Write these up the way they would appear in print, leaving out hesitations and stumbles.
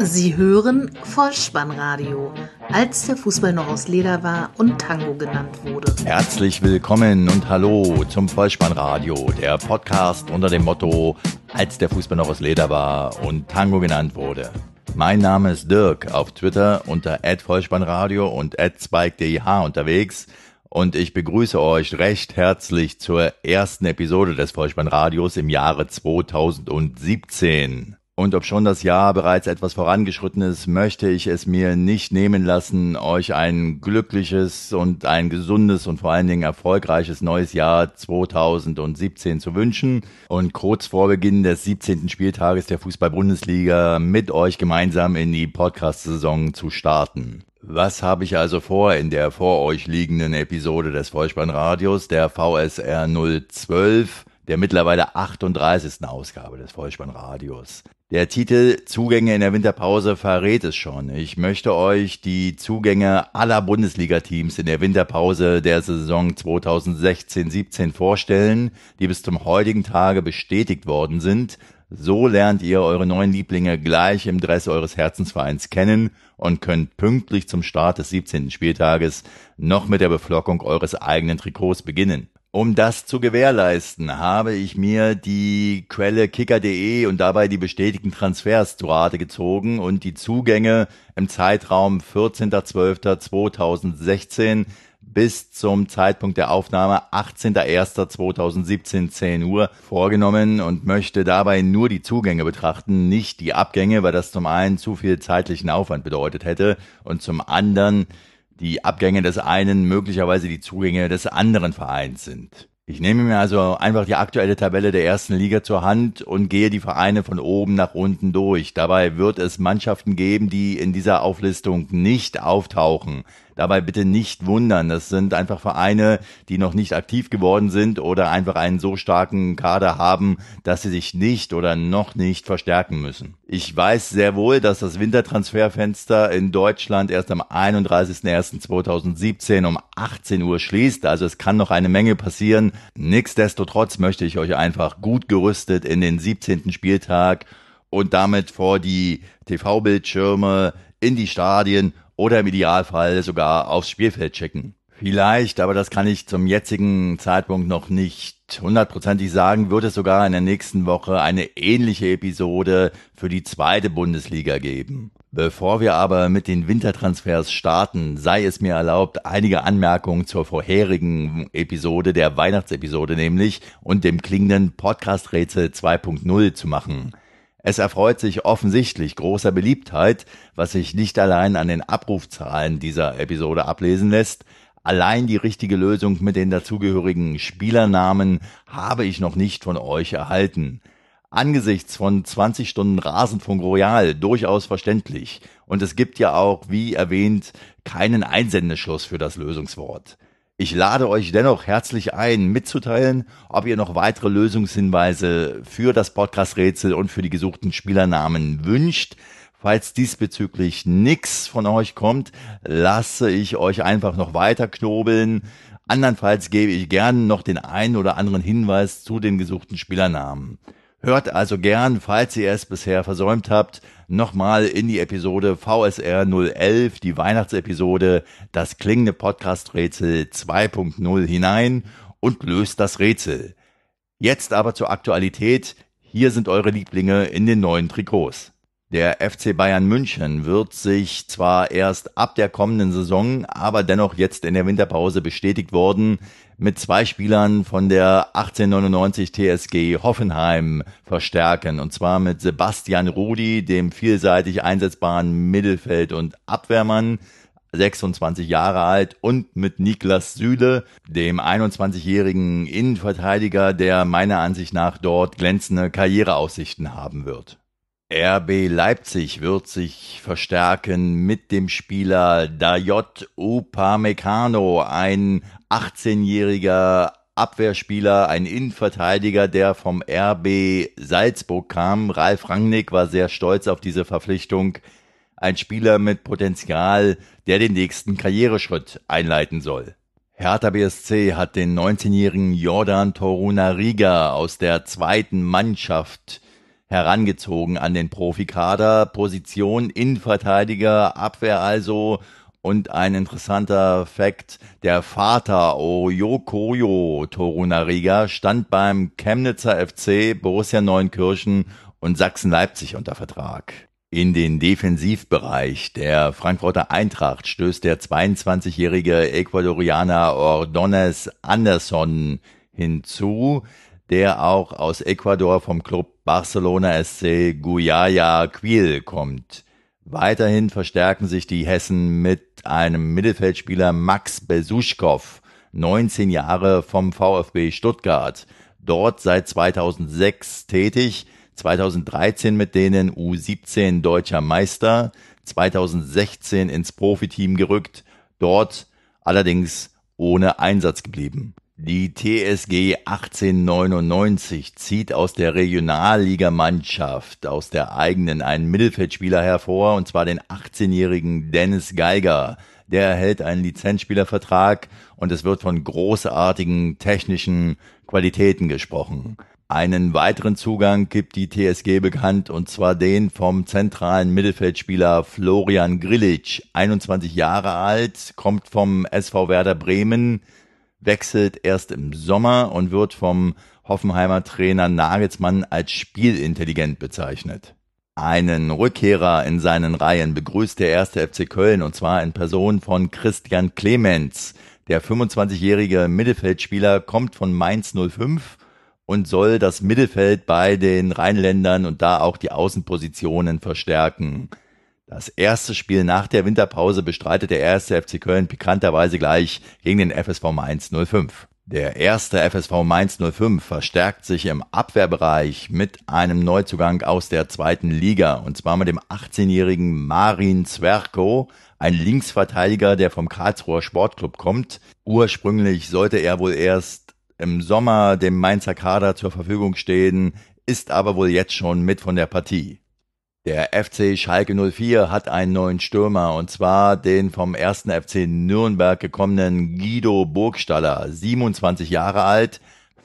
Sie hören Vollspannradio, als der Fußball noch aus Leder war und Tango genannt wurde. Herzlich willkommen und hallo zum Vollspannradio, der Podcast unter dem Motto, als der Fußball noch aus Leder war und Tango genannt wurde. Mein Name ist Dirk, auf Twitter unter @Vollspannradio und @spike_dih unterwegs und ich begrüße euch recht herzlich zur ersten Episode des Vollspannradios im Jahre 2017. Und obschon das Jahr bereits etwas vorangeschritten ist, möchte ich es mir nicht nehmen lassen, euch ein glückliches und ein gesundes und vor allen Dingen erfolgreiches neues Jahr 2017 zu wünschen und kurz vor Beginn des 17. Spieltages der Fußball-Bundesliga mit euch gemeinsam in die Podcast-Saison zu starten. Was habe ich also vor in der vor euch liegenden Episode des Vollspannradios, der VSR 012, der mittlerweile 38. Ausgabe des Vollspannradios? Der Titel Zugänge in der Winterpause verrät es schon. Ich möchte euch die Zugänge aller Bundesliga-Teams in der Winterpause der Saison 2016-17 vorstellen, die bis zum heutigen Tage bestätigt worden sind. So lernt ihr eure neuen Lieblinge gleich im Dress eures Herzensvereins kennen und könnt pünktlich zum Start des 17. Spieltages noch mit der Beflockung eures eigenen Trikots beginnen. Um das zu gewährleisten, habe ich mir die Quelle kicker.de und dabei die bestätigten Transfers zu Rate gezogen und die Zugänge im Zeitraum 14.12.2016 bis zum Zeitpunkt der Aufnahme 18.01.2017 10 Uhr vorgenommen und möchte dabei nur die Zugänge betrachten, nicht die Abgänge, weil das zum einen zu viel zeitlichen Aufwand bedeutet hätte und zum anderen die Abgänge des einen möglicherweise die Zugänge des anderen Vereins sind. Ich nehme mir also einfach die aktuelle Tabelle der ersten Liga zur Hand und gehe die Vereine von oben nach unten durch. Dabei wird es Mannschaften geben, die in dieser Auflistung nicht auftauchen. Dabei bitte nicht wundern, das sind einfach Vereine, die noch nicht aktiv geworden sind oder einfach einen so starken Kader haben, dass sie sich nicht oder noch nicht verstärken müssen. Ich weiß sehr wohl, dass das Wintertransferfenster in Deutschland erst am 31.01.2017 um 18 Uhr schließt, also es kann noch eine Menge passieren. Nichtsdestotrotz möchte ich euch einfach gut gerüstet in den 17. Spieltag und damit vor die TV-Bildschirme, in die Stadien oder im Idealfall sogar aufs Spielfeld schicken. Vielleicht, aber das kann ich zum jetzigen Zeitpunkt noch nicht hundertprozentig sagen, wird es sogar in der nächsten Woche eine ähnliche Episode für die zweite Bundesliga geben. Bevor wir aber mit den Wintertransfers starten, sei es mir erlaubt, einige Anmerkungen zur vorherigen Episode, der Weihnachtsepisode nämlich, und dem klingenden Podcast-Rätsel 2.0 zu machen. Es erfreut sich offensichtlich großer Beliebtheit, was sich nicht allein an den Abrufzahlen dieser Episode ablesen lässt. Allein die richtige Lösung mit den dazugehörigen Spielernamen habe ich noch nicht von euch erhalten. Angesichts von 20 Stunden Rasenfunk Royal durchaus verständlich. Und es gibt ja auch, wie erwähnt, keinen Einsendeschluss für das Lösungswort. Ich lade euch dennoch herzlich ein, mitzuteilen, ob ihr noch weitere Lösungshinweise für das Podcast-Rätsel und für die gesuchten Spielernamen wünscht. Falls diesbezüglich nichts von euch kommt, lasse ich euch einfach noch weiter knobeln. Andernfalls gebe ich gern noch den einen oder anderen Hinweis zu den gesuchten Spielernamen. Hört also gern, falls ihr es bisher versäumt habt, nochmal in die Episode VSR 011, die Weihnachtsepisode, das klingende Podcast-Rätsel 2.0 hinein und löst das Rätsel. Jetzt aber zur Aktualität. Hier sind eure Lieblinge in den neuen Trikots. Der FC Bayern München wird sich zwar erst ab der kommenden Saison, aber dennoch jetzt in der Winterpause bestätigt worden, mit 2 Spielern von der 1899 TSG Hoffenheim verstärken. Und zwar mit Sebastian Rudi, dem vielseitig einsetzbaren Mittelfeld- und Abwehrmann, 26 Jahre alt, und mit Niklas Süle, dem 21-jährigen Innenverteidiger, der meiner Ansicht nach dort glänzende Karriereaussichten haben wird. RB Leipzig wird sich verstärken mit dem Spieler Dayot Upamecano, ein 18-jähriger Abwehrspieler, ein Innenverteidiger, der vom RB Salzburg kam. Ralf Rangnick war sehr stolz auf diese Verpflichtung. Ein Spieler mit Potenzial, der den nächsten Karriereschritt einleiten soll. Hertha BSC hat den 19-jährigen Jordan Torunariga aus der zweiten Mannschaft herangezogen an den Profikader. Position Innenverteidiger, Abwehr also. Und ein interessanter Fakt, der Vater Oyokoyo Torunariga stand beim Chemnitzer FC, Borussia Neunkirchen und Sachsen-Leipzig unter Vertrag. In den Defensivbereich der Frankfurter Eintracht stößt der 22-jährige Ecuadorianer Ordóñez Anderson hinzu, der auch aus Ecuador vom Club Barcelona SC Guayaquil kommt. Weiterhin verstärken sich die Hessen mit einem Mittelfeldspieler Max Besuschkow, 19 Jahre vom VfB Stuttgart, dort seit 2006 tätig, 2013 mit denen U17 deutscher Meister, 2016 ins Profiteam gerückt, dort allerdings ohne Einsatz geblieben. Die TSG 1899 zieht aus der Regionalligamannschaft, aus der eigenen, einen Mittelfeldspieler hervor, und zwar den 18-jährigen Dennis Geiger. Der erhält einen Lizenzspielervertrag und es wird von großartigen technischen Qualitäten gesprochen. Einen weiteren Zugang gibt die TSG bekannt, und zwar den vom zentralen Mittelfeldspieler Florian Grillitsch, 21 Jahre alt, kommt vom SV Werder Bremen, wechselt erst im Sommer und wird vom Hoffenheimer Trainer Nagelsmann als spielintelligent bezeichnet. Einen Rückkehrer in seinen Reihen begrüßt der 1. FC Köln, und zwar in Person von Christian Clemens. Der 25-jährige Mittelfeldspieler kommt von Mainz 05 und soll das Mittelfeld bei den Rheinländern und da auch die Außenpositionen verstärken. Das erste Spiel nach der Winterpause bestreitet der 1. FC Köln pikanterweise gleich gegen den FSV Mainz 05. Der 1. FSV Mainz 05 verstärkt sich im Abwehrbereich mit einem Neuzugang aus der 2. Liga, und zwar mit dem 18-jährigen Marin Zwerko, ein Linksverteidiger, der vom Karlsruher Sportclub kommt. Ursprünglich sollte er wohl erst im Sommer dem Mainzer Kader zur Verfügung stehen, ist aber wohl jetzt schon mit von der Partie. Der FC Schalke 04 hat einen neuen Stürmer, und zwar den vom 1. FC Nürnberg gekommenen Guido Burgstaller, 27 Jahre alt,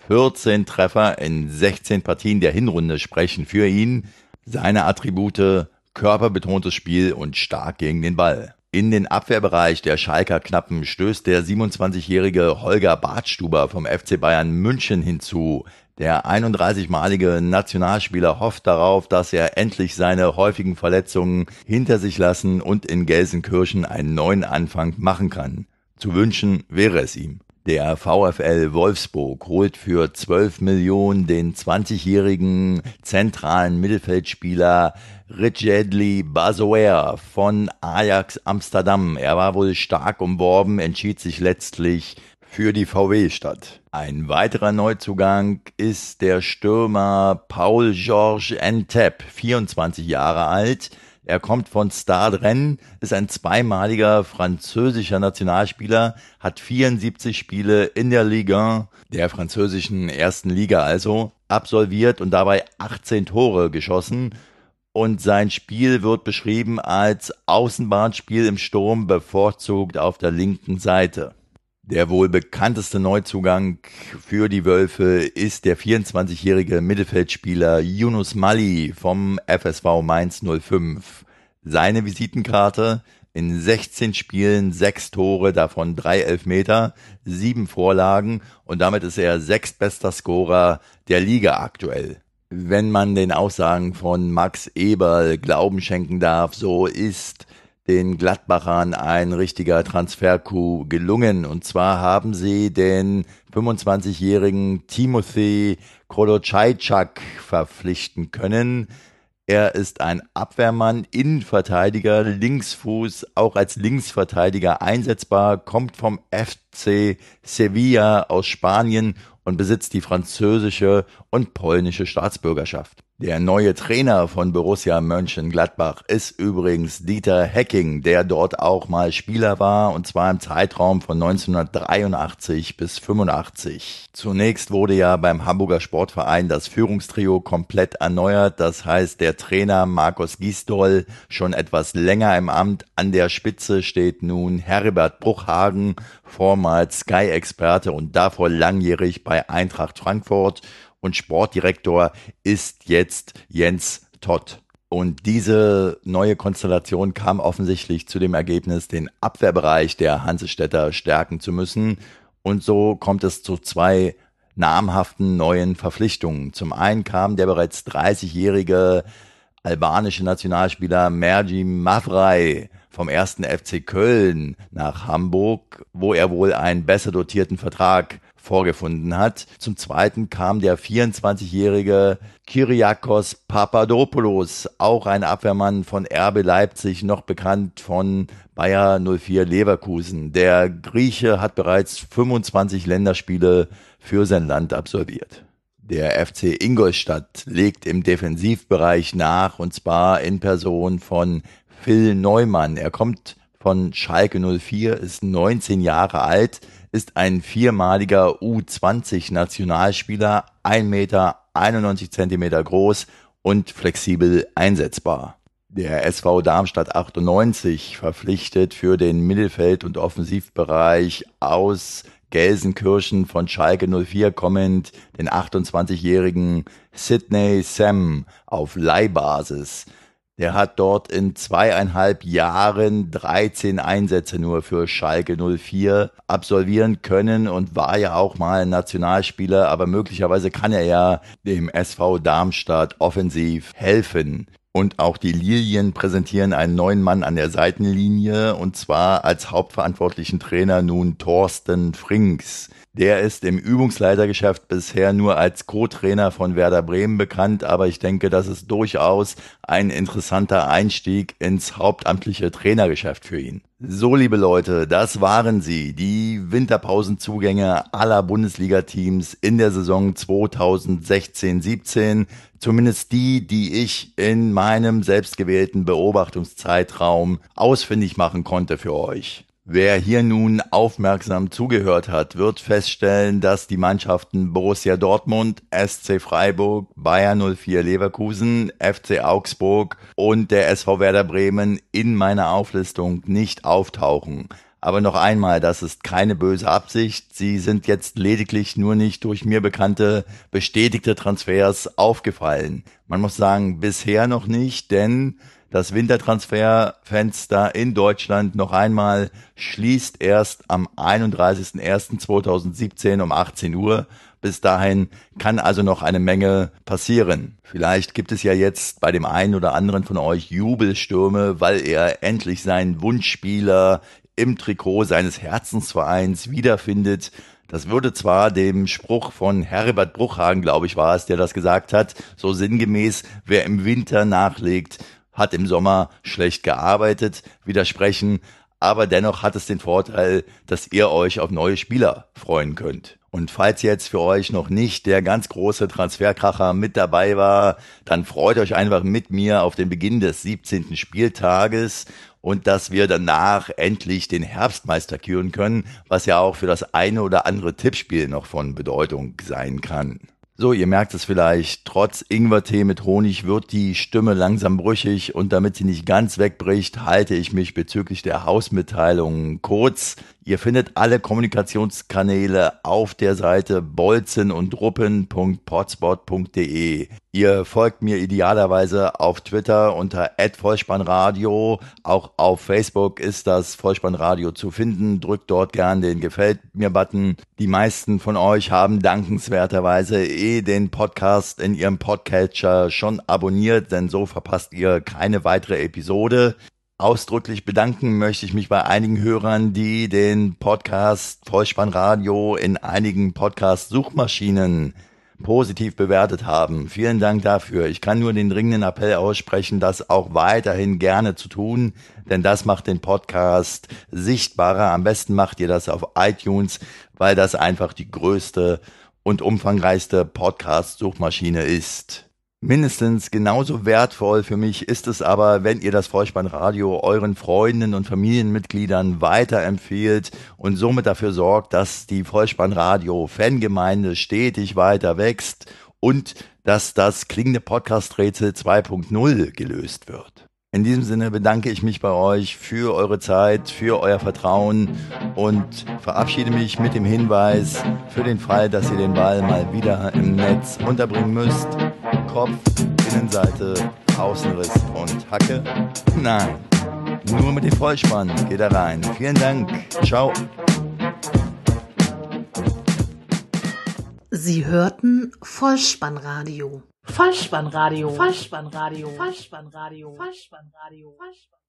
14 Treffer in 16 Partien der Hinrunde sprechen für ihn. Seine Attribute: körperbetontes Spiel und stark gegen den Ball. In den Abwehrbereich der Schalker Knappen stößt der 27-jährige Holger Badstuber vom FC Bayern München hinzu. Der 31-malige Nationalspieler hofft darauf, dass er endlich seine häufigen Verletzungen hinter sich lassen und in Gelsenkirchen einen neuen Anfang machen kann. Zu wünschen wäre es ihm. Der VfL Wolfsburg holt für 12 Millionen den 20-jährigen zentralen Mittelfeldspieler Ridgely Bazoer von Ajax Amsterdam. Er war wohl stark umworben, entschied sich letztlich für die VW-Stadt. Ein weiterer Neuzugang ist der Stürmer Paul-Georges Ntep, 24 Jahre alt. Er kommt von Stade Rennes, ist ein zweimaliger französischer Nationalspieler, hat 74 Spiele in der Ligue 1, der französischen ersten Liga also, absolviert und dabei 18 Tore geschossen. Und sein Spiel wird beschrieben als Außenbahnspiel im Sturm, bevorzugt auf der linken Seite. Der wohl bekannteste Neuzugang für die Wölfe ist der 24-jährige Mittelfeldspieler Yunus Mali vom FSV Mainz 05. Seine Visitenkarte: in 16 Spielen 6 Tore, davon 3 Elfmeter, 7 Vorlagen, und damit ist er sechstbester Scorer der Liga aktuell. Wenn man den Aussagen von Max Eberl Glauben schenken darf, so ist den Gladbachern ein richtiger Transfer-Coup gelungen. Und zwar haben sie den 25-jährigen Timothy Kolocajczak verpflichten können. Er ist ein Abwehrmann, Innenverteidiger, Linksfuß, auch als Linksverteidiger einsetzbar, kommt vom FC Sevilla aus Spanien und besitzt die französische und polnische Staatsbürgerschaft. Der neue Trainer von Borussia Mönchengladbach ist übrigens Dieter Hecking, der dort auch mal Spieler war, und zwar im Zeitraum von 1983 bis 85. Zunächst wurde ja beim Hamburger Sportverein das Führungstrio komplett erneuert. Das heißt, der Trainer Markus Gisdol schon etwas länger im Amt. An der Spitze steht nun Herbert Bruchhagen, vormals Sky-Experte und davor langjährig bei Eintracht Frankfurt. und Sportdirektor ist jetzt Jens Todt. Und diese neue Konstellation kam offensichtlich zu dem Ergebnis, den Abwehrbereich der Hansestädter stärken zu müssen. Und so kommt es zu zwei namhaften neuen Verpflichtungen. Zum einen kam der bereits 30-jährige albanische Nationalspieler Mergi Mavrai vom 1. FC Köln nach Hamburg, wo er wohl einen besser dotierten Vertrag vorgefunden hat. Zum Zweiten kam der 24-jährige Kyriakos Papadopoulos, auch ein Abwehrmann von RB Leipzig, noch bekannt von Bayer 04 Leverkusen. Der Grieche hat bereits 25 Länderspiele für sein Land absolviert. Der FC Ingolstadt legt im Defensivbereich nach, und zwar in Person von Phil Neumann. Er kommt von Schalke 04, ist 19 Jahre alt, ist ein viermaliger U20-Nationalspieler, 1,91 Meter groß und flexibel einsetzbar. Der SV Darmstadt 98 verpflichtet für den Mittelfeld- und Offensivbereich aus Gelsenkirchen von Schalke 04 kommend den 28-jährigen Sidney Sam auf Leihbasis. Der hat dort in 2,5 Jahren 13 Einsätze nur für Schalke 04 absolvieren können und war ja auch mal Nationalspieler, aber möglicherweise kann er ja dem SV Darmstadt offensiv helfen. Und auch die Lilien präsentieren einen neuen Mann an der Seitenlinie, und zwar als hauptverantwortlichen Trainer nun Thorsten Frings. Der ist im Übungsleitergeschäft bisher nur als Co-Trainer von Werder Bremen bekannt, aber ich denke, das ist durchaus ein interessanter Einstieg ins hauptamtliche Trainergeschäft für ihn. So, liebe Leute, das waren sie, die Winterpausenzugänge aller Bundesliga-Teams in der Saison 2016-17, zumindest die ich in meinem selbstgewählten Beobachtungszeitraum ausfindig machen konnte für euch. Wer hier nun aufmerksam zugehört hat, wird feststellen, dass die Mannschaften Borussia Dortmund, SC Freiburg, Bayer 04 Leverkusen, FC Augsburg und der SV Werder Bremen in meiner Auflistung nicht auftauchen. Aber noch einmal, das ist keine böse Absicht. Sie sind jetzt lediglich nur nicht durch mir bekannte, bestätigte Transfers aufgefallen. Man muss sagen, bisher noch nicht, denn das Wintertransferfenster in Deutschland noch einmal schließt erst am 31.01.2017 um 18 Uhr. Bis dahin kann also noch eine Menge passieren. Vielleicht gibt es ja jetzt bei dem einen oder anderen von euch Jubelstürme, weil er endlich seinen Wunschspieler im Trikot seines Herzensvereins wiederfindet. Das würde zwar dem Spruch von Herbert Bruchhagen, glaube ich, war es, der das gesagt hat, so sinngemäß, wer im Winter nachlegt, hat im Sommer schlecht gearbeitet, widersprechen, aber dennoch hat es den Vorteil, dass ihr euch auf neue Spieler freuen könnt. Und falls jetzt für euch noch nicht der ganz große Transferkracher mit dabei war, dann freut euch einfach mit mir auf den Beginn des 17. Spieltages und dass wir danach endlich den Herbstmeister küren können, was ja auch für das eine oder andere Tippspiel noch von Bedeutung sein kann. So, ihr merkt es vielleicht, trotz Ingwertee mit Honig wird die Stimme langsam brüchig und damit sie nicht ganz wegbricht, halte ich mich bezüglich der Hausmitteilungen kurz. Ihr findet alle Kommunikationskanäle auf der Seite bolzenundruppen.potspot.de. Ihr folgt mir idealerweise auf Twitter unter @Vollspannradio. Auch auf Facebook ist das Vollspannradio zu finden. Drückt dort gern den Gefällt mir-Button. Die meisten von euch haben dankenswerterweise den Podcast in ihrem Podcatcher schon abonniert, denn so verpasst ihr keine weitere Episode. Ausdrücklich bedanken möchte ich mich bei einigen Hörern, die den Podcast Vollspannradio in einigen Podcast-Suchmaschinen positiv bewertet haben. Vielen Dank dafür. Ich kann nur den dringenden Appell aussprechen, das auch weiterhin gerne zu tun, denn das macht den Podcast sichtbarer. Am besten macht ihr das auf iTunes, weil das einfach die größte und umfangreichste Podcast-Suchmaschine ist. Mindestens genauso wertvoll für mich ist es aber, wenn ihr das Vollspannradio euren Freunden und Familienmitgliedern weiterempfehlt und somit dafür sorgt, dass die Vollspannradio-Fangemeinde stetig weiter wächst und dass das klingende Podcast-Rätsel 2.0 gelöst wird. In diesem Sinne bedanke ich mich bei euch für eure Zeit, für euer Vertrauen und verabschiede mich mit dem Hinweis für den Fall, dass ihr den Ball mal wieder im Netz unterbringen müsst. Kopf, Innenseite, Außenriss und Hacke. Nein, nur mit dem Vollspann geht er rein. Vielen Dank. Ciao. Sie hörten Vollspannradio. Vollspannradio. Vollspannradio. Vollspannradio. Vollspannradio. Vollspannradio.